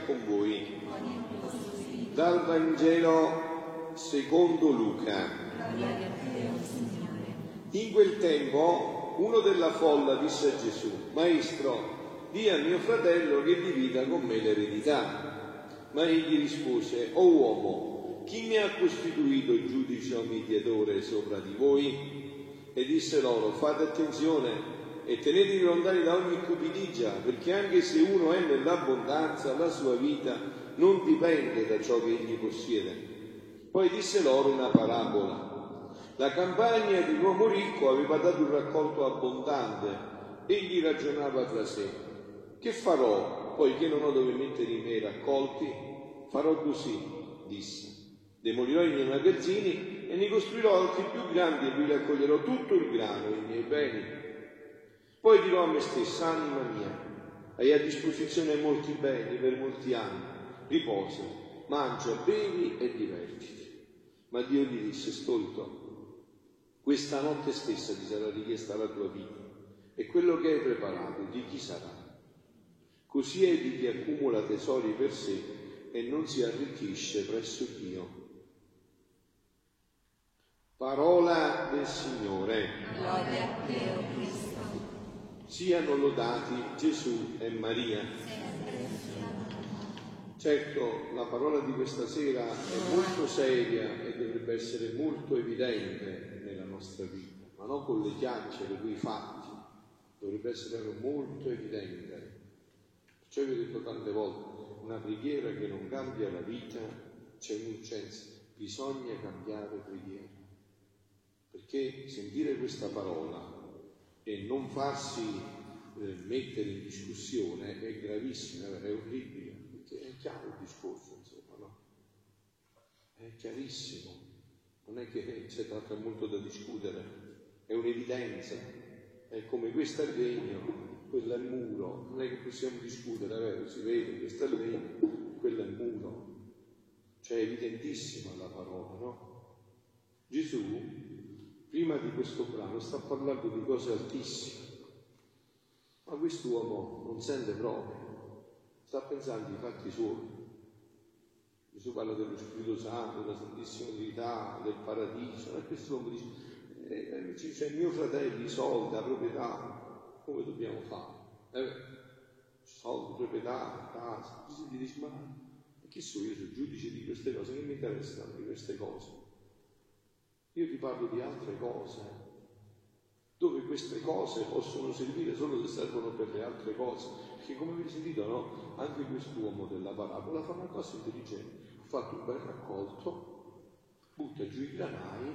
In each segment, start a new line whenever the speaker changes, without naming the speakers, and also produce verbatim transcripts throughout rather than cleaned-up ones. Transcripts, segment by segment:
con voi. Dal Vangelo secondo Luca. In quel tempo uno della folla disse a Gesù: Maestro, di a mio fratello che divida con me l'eredità. Ma egli rispose: O uomo, chi mi ha costituito giudice o mediatore sopra di voi? E disse loro: fate attenzione e tenetevi lontani da ogni cupidigia, perché anche se uno è nell'abbondanza, la sua vita non dipende da ciò che egli possiede. Poi disse loro una parabola. La campagna di un uomo ricco aveva dato un raccolto abbondante. Egli ragionava tra sé: che farò, poiché non ho dove mettere i miei raccolti? Farò così, disse: demolirò i miei magazzini e ne costruirò altri più grandi e vi raccoglierò tutto il grano, i miei beni. Poi dirò a me stessa: anima mia, hai a disposizione molti beni per molti anni, riposa, mangia, bevi e divertiti. Ma Dio gli disse: stolto, questa notte stessa ti sarà richiesta la tua vita, e quello che hai preparato di chi sarà? Così è di chi accumula tesori per sé e non si arricchisce presso Dio. Parola del Signore.
Gloria a te, o Cristo.
Siano lodati Gesù e Maria. Certo, la parola di questa sera è molto seria e dovrebbe essere molto evidente nella nostra vita, ma non con le chiacchiere, con i fatti. Dovrebbe essere molto evidente. Perciò vi ho detto tante volte, una preghiera che non cambia la vita, c'è un'urgenza, bisogna cambiare preghiera. Perché sentire questa parola e non farsi eh, mettere in discussione è gravissimo, è orribile, perché è chiaro il discorso, insomma, no? È chiarissimo, non è che c'è tanto molto da discutere, è un'evidenza, è come questo è il legno, quello è il muro, non è che possiamo discutere, è vero, si vede, questo è il legno, quello è il muro, cioè è evidentissima la parola, no? Gesù prima di questo brano sta parlando di cose altissime, ma quest'uomo non sente proprio, sta pensando ai fatti suoi. Gesù parla dello Spirito Santo, della Santissima Trinità, del Paradiso, e quest'uomo dice: eh, c'è mio fratello, i soldi, la proprietà, come dobbiamo fare? Eh, soldi, proprietà, casa. Gesù gli dice: ma chi sono io, sono giudice di queste cose, che mi interessano di queste cose? Io ti parlo di altre cose, dove queste cose possono servire solo se servono per le altre cose. Perché come avete sentito, no? Anche quest'uomo della parabola fa una cosa intelligente. Ha fatto un bel raccolto, butta giù i granai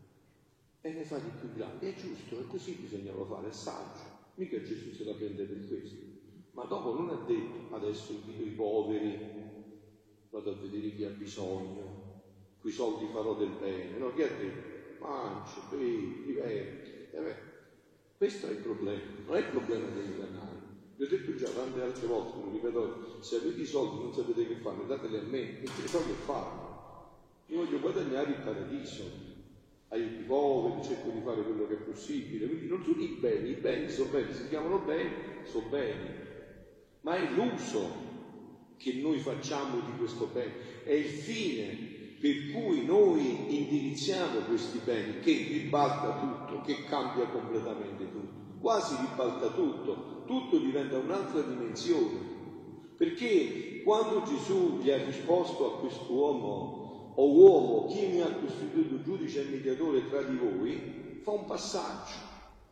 e ne fa di più grandi. È giusto, è così bisognava fare, è saggio. Mica Gesù se la prende per questo. Ma dopo non ha detto: adesso invito i poveri, vado a vedere chi ha bisogno, quei soldi farò del bene. No, chi ha detto? Mangi, bevi, diverti. Eh beh, questo è il problema, non è il problema dei granai. Vi ho detto già tante altre volte, lo ripeto: se avete i soldi non sapete che fanno, dateli a me, e che so che fanno. Io voglio guadagnare il paradiso, aiuto i poveri, cerco di fare quello che è possibile. Quindi non sono i beni, i beni sono beni, si chiamano beni, sono beni, ma è l'uso che noi facciamo di questo bene, è il fine per cui noi indirizziamo questi beni, che ribalta tutto, che cambia completamente tutto, quasi ribalta tutto, tutto diventa un'altra dimensione. Perché quando Gesù gli ha risposto a quest'uomo: o uomo, chi mi ha costituito giudice e mediatore tra di voi, fa un passaggio.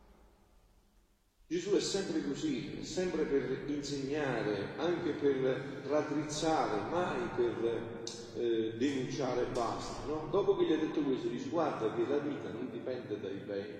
Gesù è sempre così, è sempre per insegnare, anche per raddrizzare, mai per eh, denunciare e basta, no? Dopo che gli ha detto questo, dice: guarda che la vita non dipende dai beni,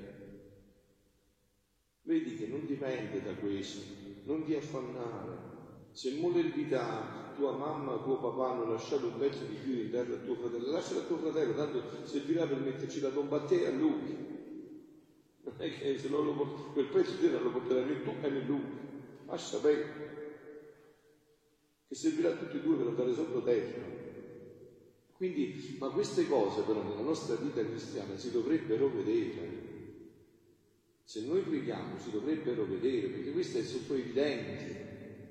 vedi che non dipende da questo, non ti affannare. Se nell'eredità tua mamma, tuo papà hanno lasciato un pezzo di più in terra a tuo fratello, lascialo a tuo fratello, tanto servirà per metterci la tomba a te e a lui. Non è che se non lo port- quel pezzo di terra lo porterai né tu e né lui, lascia bene, che servirà a tutti e due per andare sottoterra. Quindi, ma queste cose però nella nostra vita cristiana si dovrebbero vedere. Se noi preghiamo si dovrebbero vedere, perché queste sono evidenti.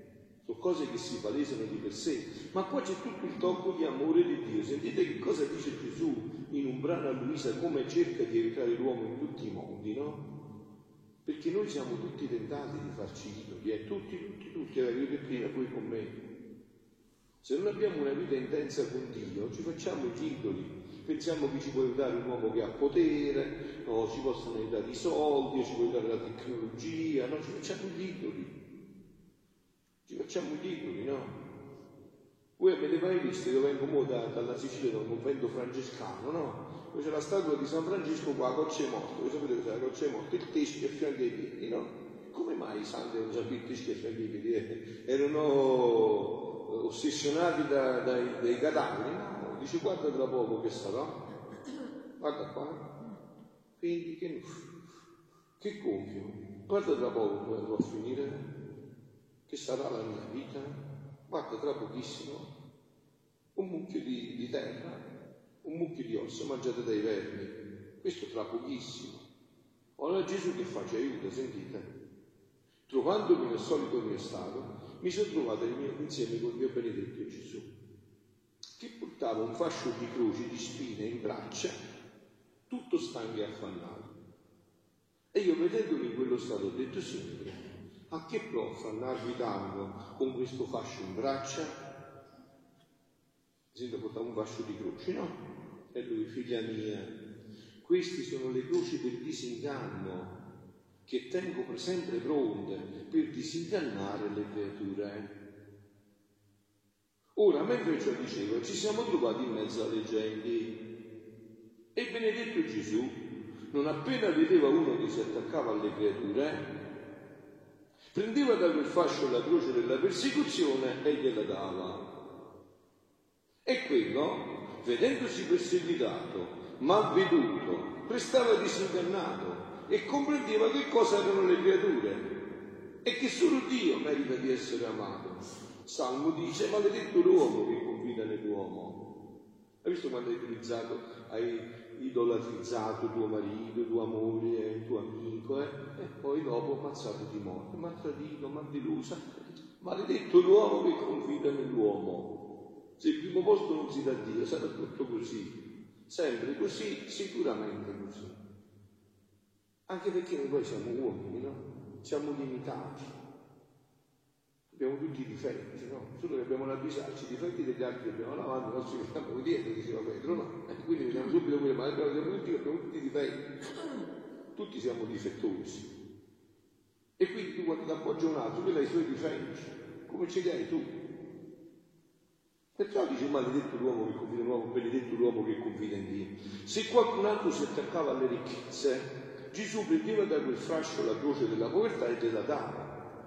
sono cose che si palesano di per sé, ma qua c'è tutto il tocco di amore di Dio. Sentite che cosa dice Gesù in un brano a Luisa, come cerca di evitare l'uomo in tutti i modi, no? Perché noi siamo tutti tentati di farci idoli, eh? tutti, tutti, tutti, io che prima, voi con me. Se non abbiamo una vita intensa con Dio, ci facciamo gli idoli, pensiamo che ci può aiutare un uomo che ha potere, no, ci possono aiutare i soldi, ci può aiutare la tecnologia, no, ci facciamo gli idoli. Ci facciamo gli idoli, no? Voi avete mai visto, io vengo mo da, dalla Sicilia, da un convento francescano, no? Dove c'è la statua di San Francesco qua, Cocce Morto, voi sapete cos'è la Cocce Morto? Il teschio a fianco ai piedi, no? Come mai i santi non sapevano il teschio a fianco ai piedi? Eh? Erano ossessionati da, dai, dai cadaveri, no? Dice guarda tra poco che sarà, guarda qua, quindi che, che gonfio, guarda tra poco come andrò a finire. Che sarà la mia vita? Guarda, tra pochissimo, un mucchio di, di terra, un mucchio di ossa mangiate dai vermi, questo tra pochissimo. Ora Gesù che fa? Ci aiuta, sentite. Trovandomi nel solito mio stato, mi sono trovato insieme con il mio benedetto Gesù, che portava un fascio di croci, di spine in braccia, tutto stanco e affannato. E io vedendomi in quello stato ho detto, Signore, a che può affannarvi tanto con questo fascio in braccia? Sento portava un fascio di croci, no? E lui, figlia mia, questi sono le croci del disinganno che tengo sempre pronte per disingannare le creature. Ora, mentre ciò dicevo, ci siamo trovati in mezzo alle genti e benedetto Gesù, non appena vedeva uno che si attaccava alle creature, prendeva da quel fascio la croce della persecuzione e gliela dava. E quello, vedendosi perseguitato, malveduto, restava disingannato e comprendeva che cosa erano le creature e che solo Dio merita di essere amato. Salmo dice, maledetto l'uomo che confida nell'uomo. Hai visto quando hai utilizzato, hai idolatrizzato tuo marito, tua moglie, tuo amico, eh? E poi dopo ammazzato di morte, ma tradito, ma delusa. Maledetto l'uomo che confida nell'uomo. Se il primo posto non si dà a Dio, sarà tutto così. Sempre così, sicuramente così. Anche perché noi poi siamo uomini, no? Siamo limitati. Abbiamo tutti i difetti, no? Solo che abbiamo l'avvisarci, i difetti degli altri abbiamo davanti, i nostri vediamo dietro, diceva Pedro, no? E quindi vediamo subito quello, ma abbiamo tutti, abbiamo tutti i difetti, tutti siamo difettosi. E quindi tu quando ti appoggia un altro, lui ha i suoi difetti, come ce li hai tu? Perciò dice maledetto l'uomo che confida in uomo, benedetto l'uomo che confida in Dio. Se qualcun altro si attaccava alle ricchezze, Gesù prendeva da quel fascio la croce della povertà e gliela dava.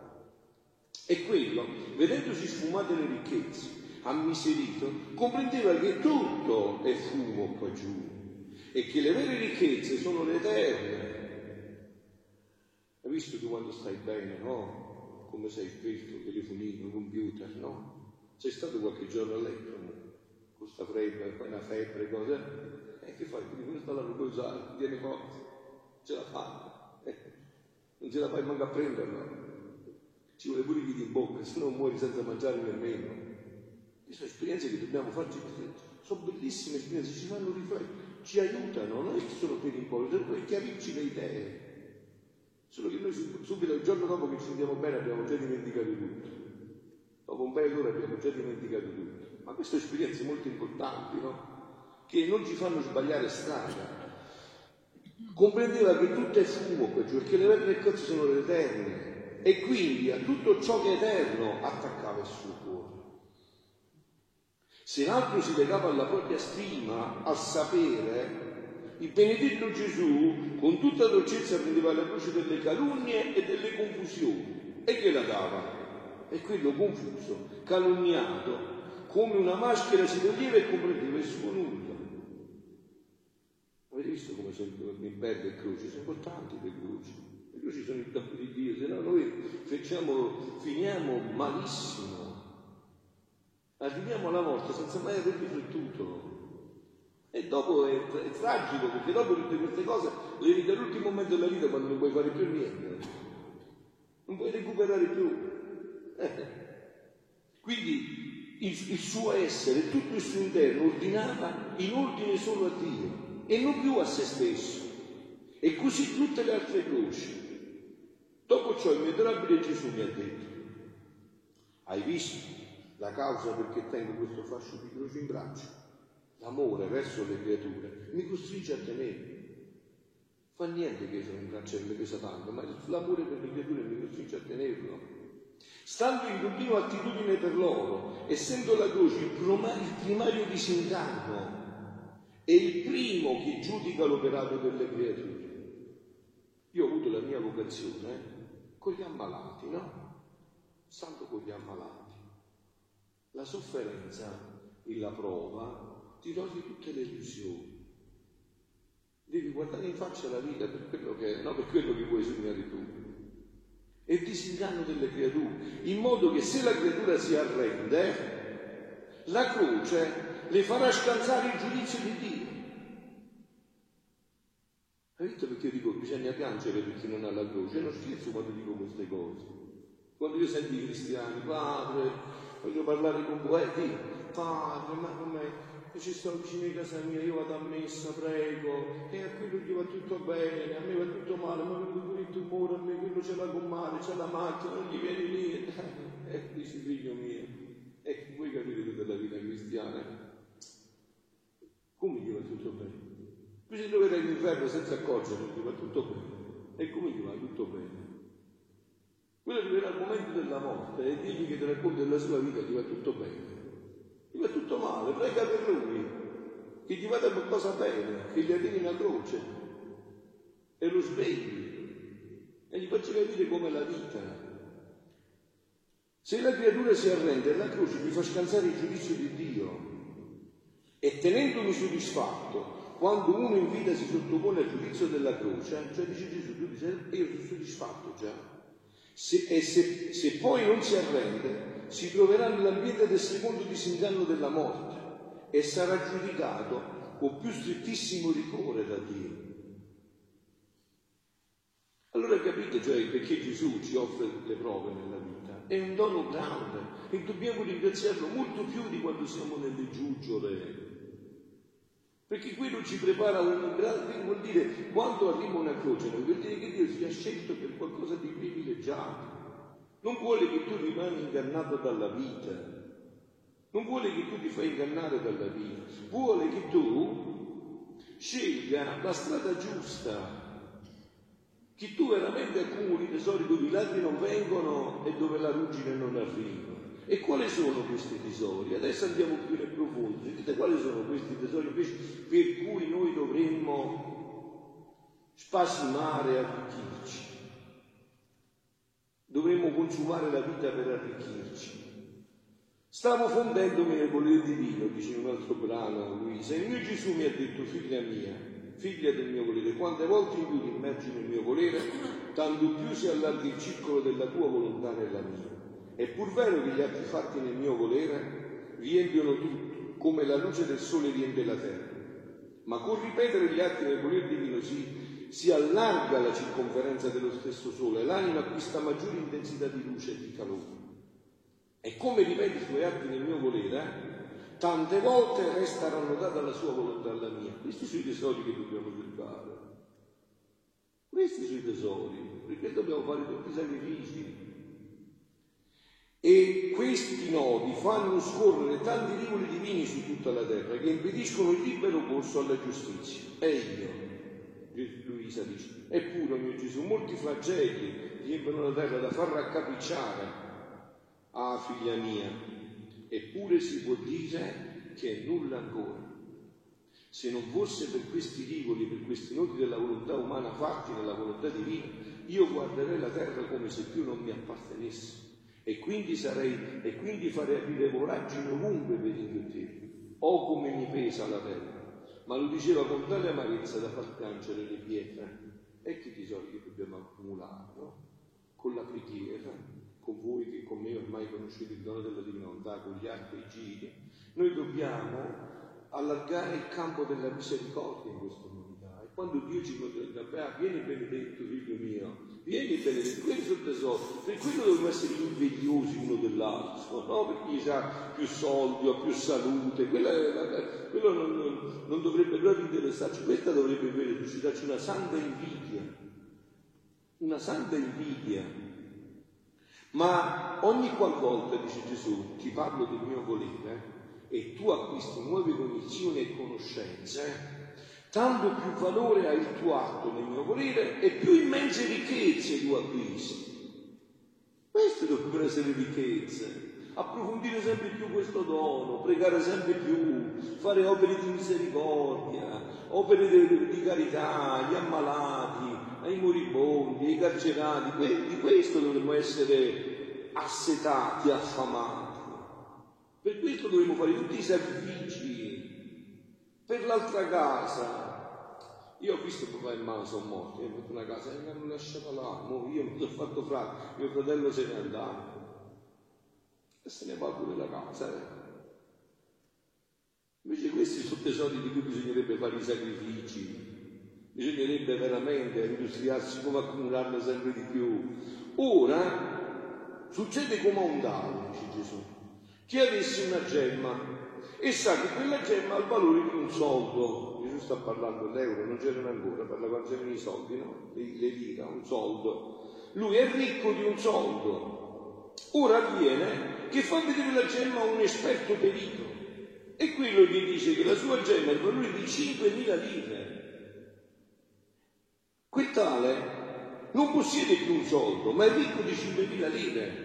E quello, vedendosi sfumate le ricchezze, ammiserito, comprendeva che tutto è fumo qua giù e che le vere ricchezze sono le eterne. Hai visto tu quando stai bene, no? Come sei sveglio, telefonino, computer, no? Sei stato qualche giorno a letto, no? Con sta fredda, poi una febbre, cose. E che fai? Quindi come sta la riposare, tiene forza, ce la fai. Eh, non ce la fai manco a prenderla. Ci vuole pure vita in bocca, se no muori senza mangiare nemmeno. Queste sono esperienze che dobbiamo farci, sono bellissime esperienze, ci fanno riflettere, ci aiutano, non è che sono per impolvere, per chiarirci le idee. Solo che noi subito, il giorno dopo che ci sentiamo bene, abbiamo già dimenticato tutto. Dopo un paio d'ore abbiamo già dimenticato tutto. Ma queste sono esperienze molto importanti, no? Che non ci fanno sbagliare strada. Comprendeva che tutto è fumo qua giù, perché le vere ricchezze sono le eterne. E quindi a tutto ciò che è eterno attaccava il suo cuore. Se l'altro si legava alla propria stima, al sapere, il benedetto Gesù con tutta dolcezza prendeva la croce delle calunnie e delle confusioni e gliela dava. E quello confuso, calunniato, come una maschera si toglieva e comprendeva il suo nulla. Avete visto come sono belle le croci? Sono importanti le croci. Le croci sono il capo di Dio, se no noi facciamo, finiamo malissimo. Arriviamo alla morte senza mai aver riflettuto. E dopo è, è tragico, perché dopo tutte queste cose le vedi all'ultimo momento della vita quando non puoi fare più niente. Non puoi recuperare più. Eh. Quindi il, il suo essere, tutto il suo interno ordinava in ordine solo a Dio e non più a se stesso. E così tutte le altre croci. Dopo ciò il mio adorabile Gesù mi ha detto: hai visto la causa perché tengo questo fascio di croce in braccio? L'amore verso le creature mi costringe a tenerlo. Fa niente che io sono in braccio e mi pesa tanto, ma l'amore per le creature mi costringe a tenerlo. Stando in continua attitudine per loro, essendo la croce il primario disinganno e il primo che giudica l'operato delle creature. Io ho avuto la mia vocazione eh, con gli ammalati, no? Stando con gli ammalati. La sofferenza e la prova ti toglie tutte le illusioni. Devi guardare in faccia la vita per quello che è, non per quello che vuoi sognare tu. È il disinganno delle creature, in modo che se la creatura si arrende, la croce le farà scansare il giudizio di Dio. Hai visto perché io dico bisogna piangere per chi non ha la croce? Non scherzo quando dico queste cose. Quando io sento i cristiani, padre, voglio parlare con voi, eh, dico, padre, ma come ci sto vicino a casa mia, io vado a messa, prego, e a quello gli va tutto bene, a me va tutto male, ma quello pure il tumore, a me quello ce l'ha con male, c'ha la macchina, non gli viene niente. E dici, figlio mio, e vuoi capire tutta la vita cristiana? Come gli va tutto bene? Qui si troverà all'inferno senza accorgersi, gli va tutto bene. E come gli va tutto bene? Quello arriverà al momento della morte e digli che ti racconta della sua vita, gli va tutto bene. Gli va tutto male, prega per lui, che gli vada qualcosa bene, che gli arrivi una croce e lo svegli e gli faccia capire com'è la vita. Se la creatura si arrende, la croce gli fa scansare il giudizio di Dio e tenendomi soddisfatto, quando uno in vita si sottopone al giudizio della croce, cioè dice Gesù, tu dici, io sono soddisfatto già, se, e se, se poi non si arrende, si troverà nell'ambiente del secondo disinganno della morte e sarà giudicato con più strettissimo rigore da Dio. Allora capite, cioè, perché Gesù ci offre le prove nella vita? È un dono grande e dobbiamo ringraziarlo molto più di quando siamo nelle giuggiole. Perché quello ci prepara un grande, vuol dire, quando arriva una croce, vuol dire che Dio ti ha scelto per qualcosa di privilegiato. Non vuole che tu rimani ingannato dalla vita, non vuole che tu ti fai ingannare dalla vita, vuole che tu scelga la strada giusta, che tu veramente accumuli tesori dove i ladri non vengono e dove la ruggine non arriva. E quali sono questi tesori? Adesso andiamo più nel profondo. Sentite quali sono questi tesori per cui noi dovremmo spasimare e arricchirci. Dovremmo consumare la vita per arricchirci. Stavo fondendomi nel volere divino, dice in un altro brano Luisa, e il mio Gesù mi ha detto, figlia mia, figlia del mio volere, quante volte in più ti immergi nel mio volere, tanto più si allarga il circolo della tua volontà nella mia. È pur vero che gli atti fatti nel mio volere riempiono tutto, come la luce del sole riempie la terra, ma con ripetere gli atti nel volere divino si si allarga la circonferenza dello stesso sole, l'anima acquista maggiore intensità di luce e di calore. E come ripeti i suoi atti nel mio volere, tante volte resta annotata la sua volontà alla mia. Questi sono i tesori che dobbiamo cercare. Questi sono i tesori, perché dobbiamo fare tutti i sacrifici. E questi nodi fanno scorrere tanti rivoli divini su tutta la terra che impediscono il libero corso alla giustizia. E io, Luisa dice, eppure, mio Gesù, molti flagelli riempiono la terra da far raccapricciare. Ah, figlia mia, eppure si può dire che è nulla ancora. Se non fosse per questi rivoli, per questi nodi della volontà umana fatti nella volontà divina, io guarderei la terra come se più non mi appartenesse. E quindi sarei, e quindi farei aprire voragini ovunque per inghiottire. Oh, come mi pesa la terra! Ma lo diceva con tale amarezza da far piangere le pietre. Ecco i tesori che dobbiamo accumulare, no? Con la preghiera, con voi che con me ormai conoscete il dono della divinità, con gli archi e i giri, noi dobbiamo allargare il campo della misericordia in questa umanità. Quando Dio ci consiglia, vieni benedetto, figlio mio, vieni benedetto, quelli sono tesori, per quello dobbiamo essere invidiosi uno dell'altro, no? Per chi ha più soldi o più salute, quella, quello non, non, non dovrebbe proprio interessarci, questa dovrebbe suscitarci una santa invidia, una santa invidia. Ma ogni qualvolta, dice Gesù, ti parlo del mio volere e tu acquisti nuove cognizioni e conoscenze, tanto più valore ha il tuo atto nel mio volere e più immense ricchezze tu acquisti. Queste dovrebbero essere ricchezze, approfondire sempre più questo dono, pregare sempre più, fare opere di misericordia, opere di, di carità agli ammalati, ai moribondi, ai carcerati. Di questo dovremmo essere assetati, affamati. Per questo dovremmo fare tutti i sacrifici. Per l'altra casa, io ho visto papà e mamma sono morti, ho fatto una casa e mi hanno lasciata là, mo io mi sono fatto frate, mio fratello se n'è andato e se ne va pure la casa. Eh. Invece questi sono tesori di cui bisognerebbe fare i sacrifici, bisognerebbe veramente industriarsi come accumularne sempre di più. Ora succede come a un dado, dice Gesù, chi avesse una gemma e sa che quella gemma ha il valore di un soldo. Gesù sta parlando dell'euro, non c'erano ancora, parla quando c'erano i soldi, no? Le, le lire, un soldo. Lui è ricco di un soldo. Ora avviene che fa vedere la gemma a un esperto perito e quello gli dice che la sua gemma ha il valore di cinquemila lire. Quel tale non possiede più un soldo, ma è ricco di cinquemila lire.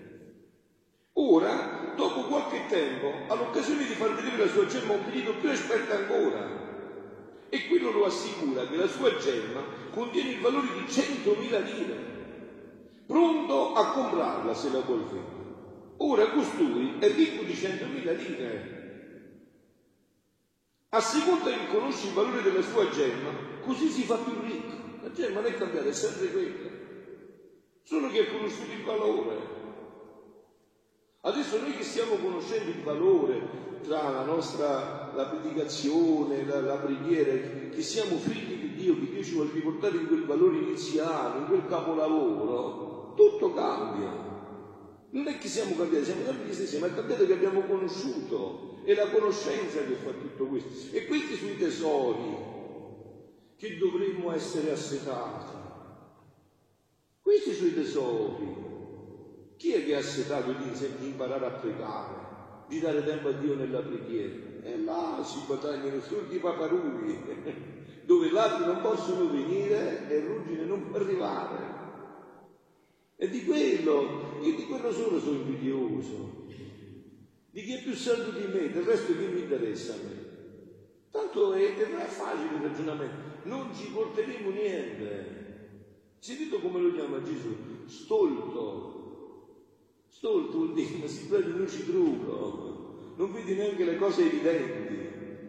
Ora, dopo qualche tempo, ha l'occasione di far vedere la sua gemma a un perito più esperto ancora. E quello lo assicura che la sua gemma contiene il valore di centomila lire, pronto a comprarla se la vuol vendere. Ora costui è ricco di centomila lire. A seconda che conosci il valore della sua gemma, così si fa più ricco. La gemma non è cambiata, è sempre quella. Solo che ha conosciuto il valore. Adesso noi che stiamo conoscendo il valore tra la nostra la predicazione, la, la preghiera, che siamo figli di Dio, che Dio ci vuole riportare in quel valore iniziale, in quel capolavoro, tutto cambia. Non è che siamo cambiati, siamo cambiati gli stessi, ma è cambiato che abbiamo conosciuto. È la conoscenza che fa tutto questo. E questi sono i tesori che dovremmo essere assetati. Questi sono i tesori. Chi è che ha assetato di imparare a pregare, di dare tempo a Dio nella preghiera? E là si guadagnano soldi paparuri, dove ladri non possono venire e ruggine non può arrivare. E di quello, io di quello solo sono invidioso. Di chi è più santo di me, del resto chi mi interessa a me? Tanto è, è facile il ragionamento, non ci porteremo niente. Sentite come lo chiama Gesù? Stolto. Stolto vuol dire che si prende un citruco, non vedi neanche le cose evidenti.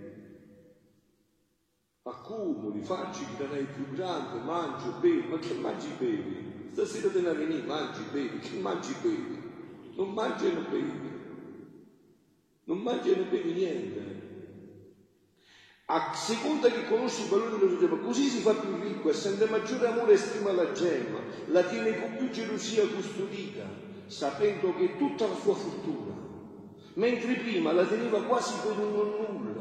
Accumuli, facci il canale più grande, mangi, bevi, ma che mangi, bevi? Stasera te ne venì, mangi, bevi, che mangi, bevi? Non mangi e non bevi, non mangi e non bevi niente. A seconda che conosci il valore della tua gemma, così si fa più ricco, e sente maggiore amore e stima la gemma, la tiene con più gelosia custodita, sapendo che è tutta la sua fortuna, mentre prima la teneva quasi per un non nulla.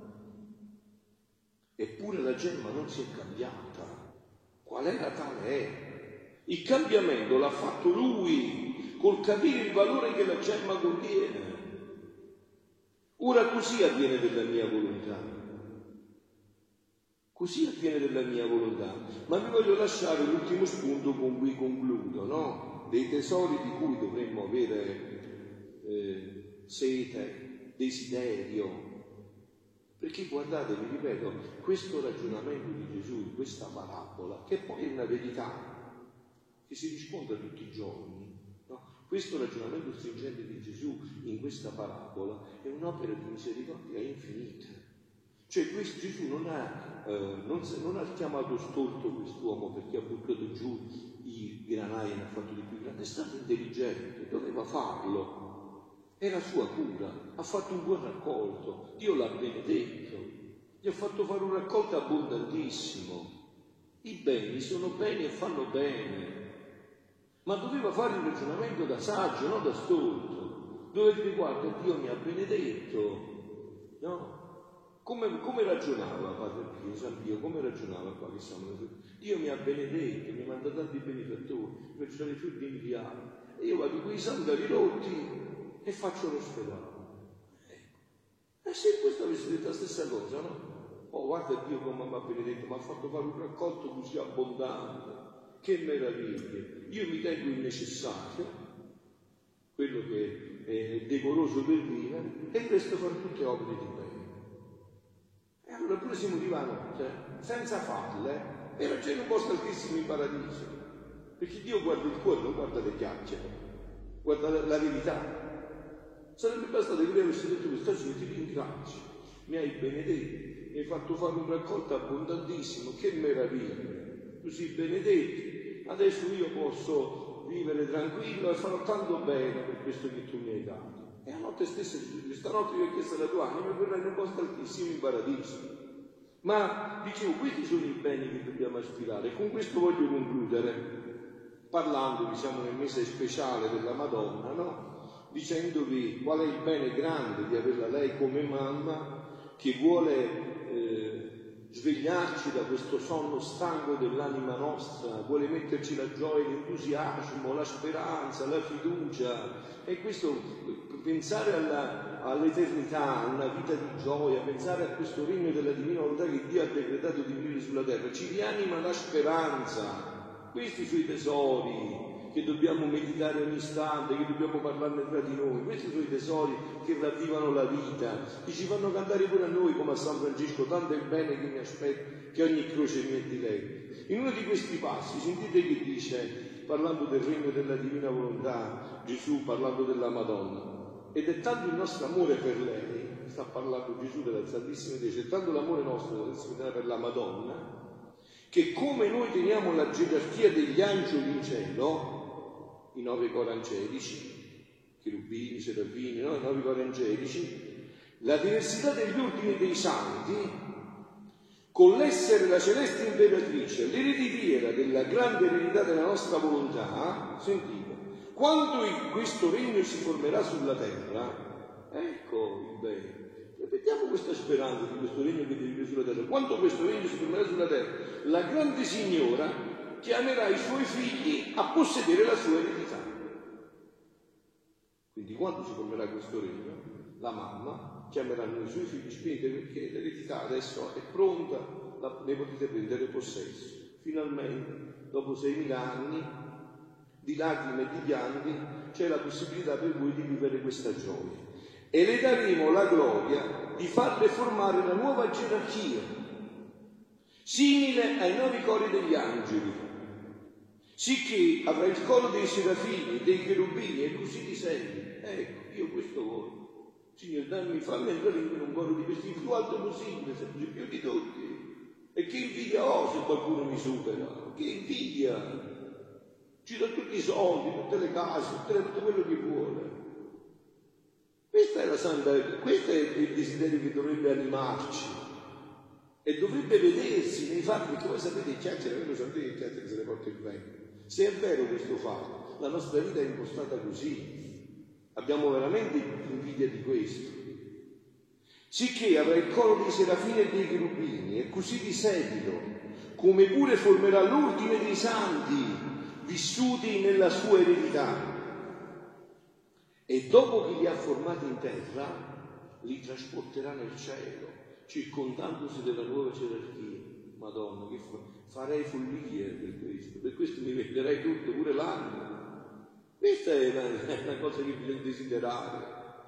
Eppure la gemma non si è cambiata, qual era tale è. Il cambiamento l'ha fatto lui, col capire il valore che la gemma contiene. Ora così avviene della mia volontà. Così avviene della mia volontà. Ma vi voglio lasciare l'ultimo spunto con cui concludo, no? Dei tesori di cui dovremmo avere eh, sete, desiderio. Perché guardate, vi ripeto, questo ragionamento di Gesù in questa parabola, che poi è una verità, che si risponde tutti i giorni, no? Questo ragionamento stringente di Gesù in questa parabola è un'opera di misericordia infinita. Cioè questo Gesù non ha, eh, non, non ha chiamato stolto quest'uomo perché ha buttato giù i granai e ne ha fatto di più grande, è stato intelligente, doveva farlo, era sua cura, ha fatto un buon raccolto, Dio l'ha benedetto, Gli ho fatto fare un raccolto abbondantissimo. I beni sono beni e fanno bene. Ma doveva fare un ragionamento da saggio, non da stolto. Doveva dire, guarda, Dio mi ha benedetto. No? Come, come ragionava Padre Pio, San Pio, come ragionava qua che siamo? Dio mi ha benedetto, mi manda tanti benefattori, mi faccio i fiori di miliardi. E io vado quei sandali rotti e faccio l'ospedale. E se questo avesse detto la stessa cosa, no? Oh, guarda Dio come mi ha benedetto, mi ha fatto fare un raccolto così abbondante, che meraviglia. Io mi tengo il necessario, quello che è decoroso per vivere, e presto fare tutte opere di bene. E allora pure si motivano, cioè, senza farle, e raggiunge un posto altissimo in paradiso. Perché Dio guarda il cuore, non guarda le chiacchiere, guarda la, la verità. Sarebbe bastato che lui avesse detto questo, oggi ti ringrazio, mi hai benedetto, mi hai fatto fare un raccolto abbondantissimo, che meraviglia, così benedetto, adesso io posso vivere tranquillo e farò tanto bene per questo che tu mi hai dato. E a notte stessa dice, stanotte io ho chiesto la tua anima e verrai in un posto altissimo in paradiso. Ma dicevo, questi sono i beni che dobbiamo aspirare, e con questo voglio concludere, parlandovi, siamo nel mese speciale della Madonna, no? Dicendovi qual è il bene grande di averla lei come mamma, che vuole eh, svegliarci da questo sonno stanco dell'anima nostra, vuole metterci la gioia, l'entusiasmo, la speranza, la fiducia, e questo pensare alla, all'eternità, a una vita di gioia, pensare a questo regno della divina volontà che Dio ha decretato di venire sulla terra, ci rianima la speranza. Questi sono i tesori che dobbiamo meditare ogni istante, che dobbiamo parlarne tra di noi. Questi sono i tesori che ravvivano la vita, che ci fanno cantare pure a noi come a San Francesco, tanto è il bene che mi aspetta, che ogni croce mi è di lei. In uno di questi passi sentite che dice, parlando del regno della divina volontà, Gesù parlando della Madonna, ed è tanto il nostro amore per lei, sta parlando Gesù della Santissima Dea, è tanto l'amore nostro della Santissima Dea per la Madonna, che come noi teniamo la gerarchia degli angeli in cielo, i nove cori angelici, cherubini, serafini, no? I nove cori angelici, la diversità degli ordini dei santi, con l'essere la celeste imperatrice, l'ereditiera della grande eredità della nostra volontà, sentite, quando questo regno si formerà sulla terra, ecco il bene. Ripetiamo questa speranza di questo regno che deve venire sulla terra. Quando questo regno si formerà sulla terra, la grande signora chiamerà i suoi figli a possedere la sua eredità. Quindi quando si formerà questo regno, la mamma chiameranno i suoi figli, spinti perché l'eredità adesso è pronta, la, ne potete prendere possesso. Finalmente, dopo seimila anni di lacrime e di pianti, c'è la possibilità per voi di vivere questa gioia. E le daremo la gloria di farle formare una nuova gerarchia, simile ai nuovi cori degli angeli, sicché avrà il coro dei serafini, dei cherubini e così di seguito. Ecco, io questo voglio. Signore, dammi, fammi entrare in un coro di questi il più alto possibile, sempre più di tutti. E che invidia ho se qualcuno mi supera? Che invidia! Ci do tutti i soldi, tutte le case, tutto quello che vuole. Questa è la santa, questo è il desiderio che dovrebbe animarci e dovrebbe vedersi nei fatti, perché voi sapete il chiacchiere, voi sapete il chiacchiere se ne porta il vento. Se è vero questo fatto, la nostra vita è impostata così, abbiamo veramente invidia di questo. Sicché avrà il coro dei serafini e dei cherubini e così di seguito, come pure formerà l'ordine dei santi vissuti nella sua eredità. E dopo che li ha formati in terra, li trasporterà nel cielo, circondandosi della nuova gerarchia. Madonna, che fa? Farei follie per questo, per questo mi venderei tutto, pure l'anima. Questa è una, una cosa che bisogna desiderare.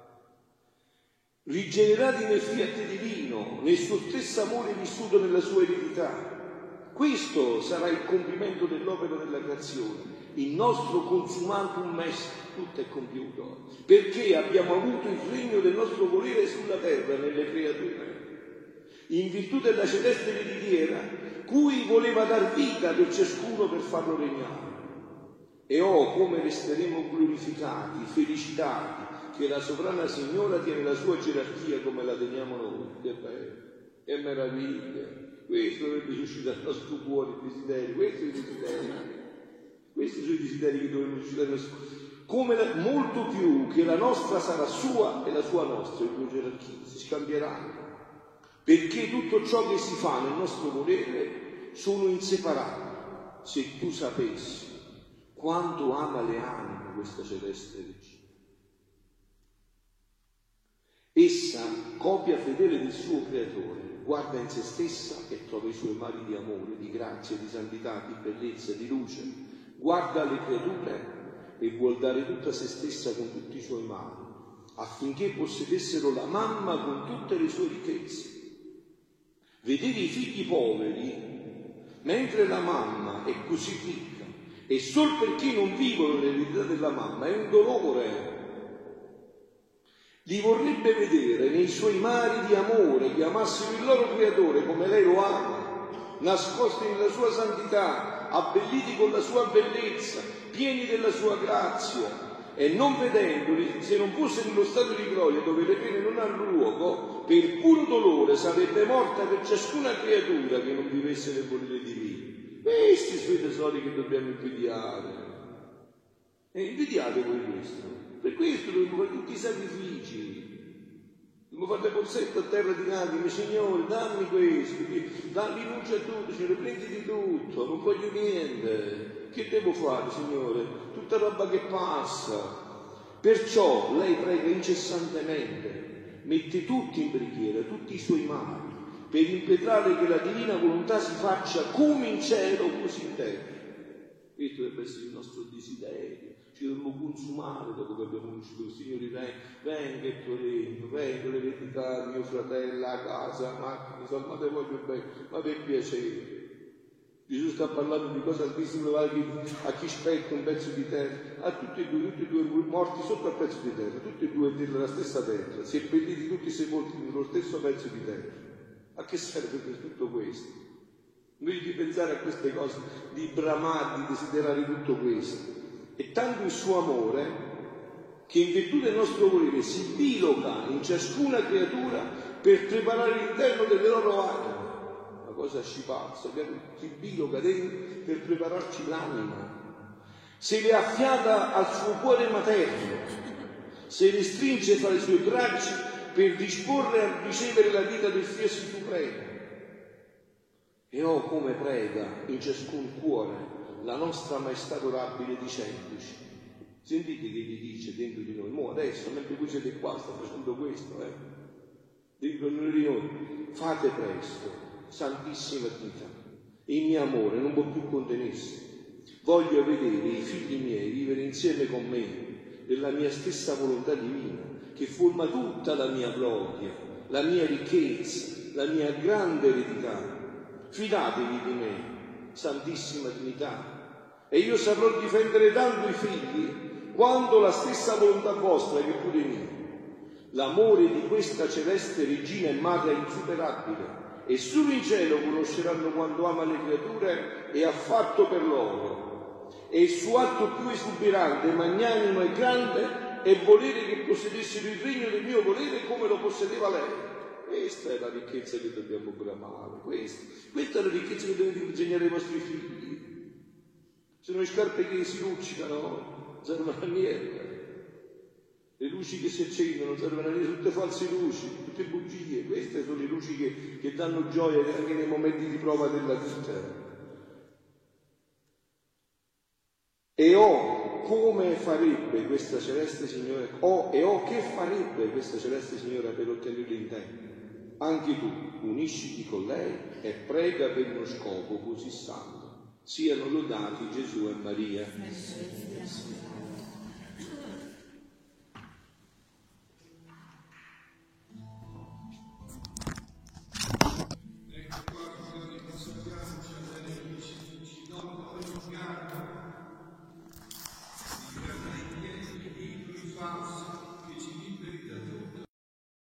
Rigenerati nel fiat divino, nel suo stesso amore vissuto nella sua eredità. Questo sarà il compimento dell'opera della creazione. Il nostro consumatum est, tutto è compiuto, perché abbiamo avuto il regno del nostro volere sulla terra, nelle creature, in virtù della celeste ereditiera, cui voleva dar vita per ciascuno per farlo regnare. E oh, come resteremo glorificati, felicitati, che la sovrana Signora tiene la sua gerarchia come la teniamo noi. Che bello! Che meraviglia! Questo dovrebbe suscitare il nostro cuore, il desiderio, questi sono i desideri, questi sono i desideri che dovrebbero suscitare il nostro cuore. Come la, molto più che la nostra sarà sua e la sua nostra, le due gerarchie si scambieranno, perché tutto ciò che si fa nel nostro volere sono inseparabili. Se tu sapessi quanto ama le anime questa celeste regina. Essa, copia fedele del suo creatore, guarda in se stessa e trova i suoi mari di amore, di grazia, di santità, di bellezza, di luce. Guarda le creature e vuol dare tutta se stessa con tutti i suoi mali, affinché possedessero la mamma con tutte le sue ricchezze. Vedere i figli poveri, mentre la mamma è così ricca, e sol perché non vivono nell'eredità della mamma, è un dolore. Li vorrebbe vedere nei suoi mari di amore, che amassero il loro creatore come lei lo ama, nascosti nella sua santità, abbelliti con la sua bellezza, pieni della sua grazia, e non vedendoli, se non fosse nello stato di gloria dove le pene non hanno luogo, per puro dolore sarebbe morta per ciascuna creatura che non vivesse nel volere divino. Questi sono i tesori che dobbiamo invidiare. E invidiate voi questo. Per questo dobbiamo fare tutti i sacrifici. Dobbiamo fare le pozzette a terra di lacrime, Signore, dammi questo, dammi luce a tutto, Signore, prenditi tutto, non voglio niente. Che devo fare, Signore? Tutta roba che passa. Perciò lei prega incessantemente, mette tutti in preghiera, tutti i suoi mali, per impetrare che la divina volontà si faccia come in cielo, così in terra. Questo deve essere il nostro desiderio. Ci dobbiamo consumare dopo che abbiamo conosciuto il Signore. Venga, venga il tuo regno, venga l'eredità, mio fratello, la casa, la macchina, insomma, ma te voglio bene, ma per piacere. Gesù sta parlando di cose altissime, a chi spetta un pezzo di terra, a tutti e due, tutti e due morti sotto al pezzo di terra, tutti e due della stessa terra, seppelliti tutti sepolti nello stesso pezzo di terra. A che serve per tutto questo? Invece di pensare a queste cose, di bramare, di desiderare tutto questo. E tanto il suo amore, che in virtù del nostro volere si biloca in ciascuna creatura per preparare l'interno delle loro anime. Cosa scipazza, si biloca dentro per prepararci l'anima, se le affiata al suo cuore materno, se le stringe fra le sue braccia per disporre a ricevere la vita del Figlio Supremo. E oh, come prega in ciascun cuore la nostra maestà adorabile dicendoci. Sentite che gli dice dentro di noi, mo adesso, mentre voi siete qua, sta facendo questo, eh? Dentro di noi, fate presto. Santissima Trinità, il mio amore non può più contenersi. Voglio vedere i figli miei vivere insieme con me nella mia stessa volontà divina, che forma tutta la mia gloria, la mia ricchezza, la mia grande eredità. Fidatevi di me, Santissima Trinità, e io saprò difendere tanto i figli quanto la stessa volontà vostra che pure mia. L'amore di questa celeste regina e madre insuperabile, e solo in cielo conosceranno quanto ama le creature e ha fatto per loro. E il suo atto più esuberante, magnanimo e grande è volere che possedessero il regno del mio volere come lo possedeva lei. Questa è la ricchezza che dobbiamo bramare, questa, questa è la ricchezza che dovete insegnare ai vostri figli. Sono le scarpe che si luccicano, non servono a niente. Le luci che si accendono non servono a niente, tutte false luci, tutte bugie. Queste sono le luci che, che danno gioia anche nei momenti di prova della vita. E oh, come farebbe questa celeste Signora, oh, e oh, che farebbe questa celeste Signora per ottenerlo in tempo? Anche tu unisciti con lei e prega per uno scopo così santo. Siano lodati Gesù e Maria.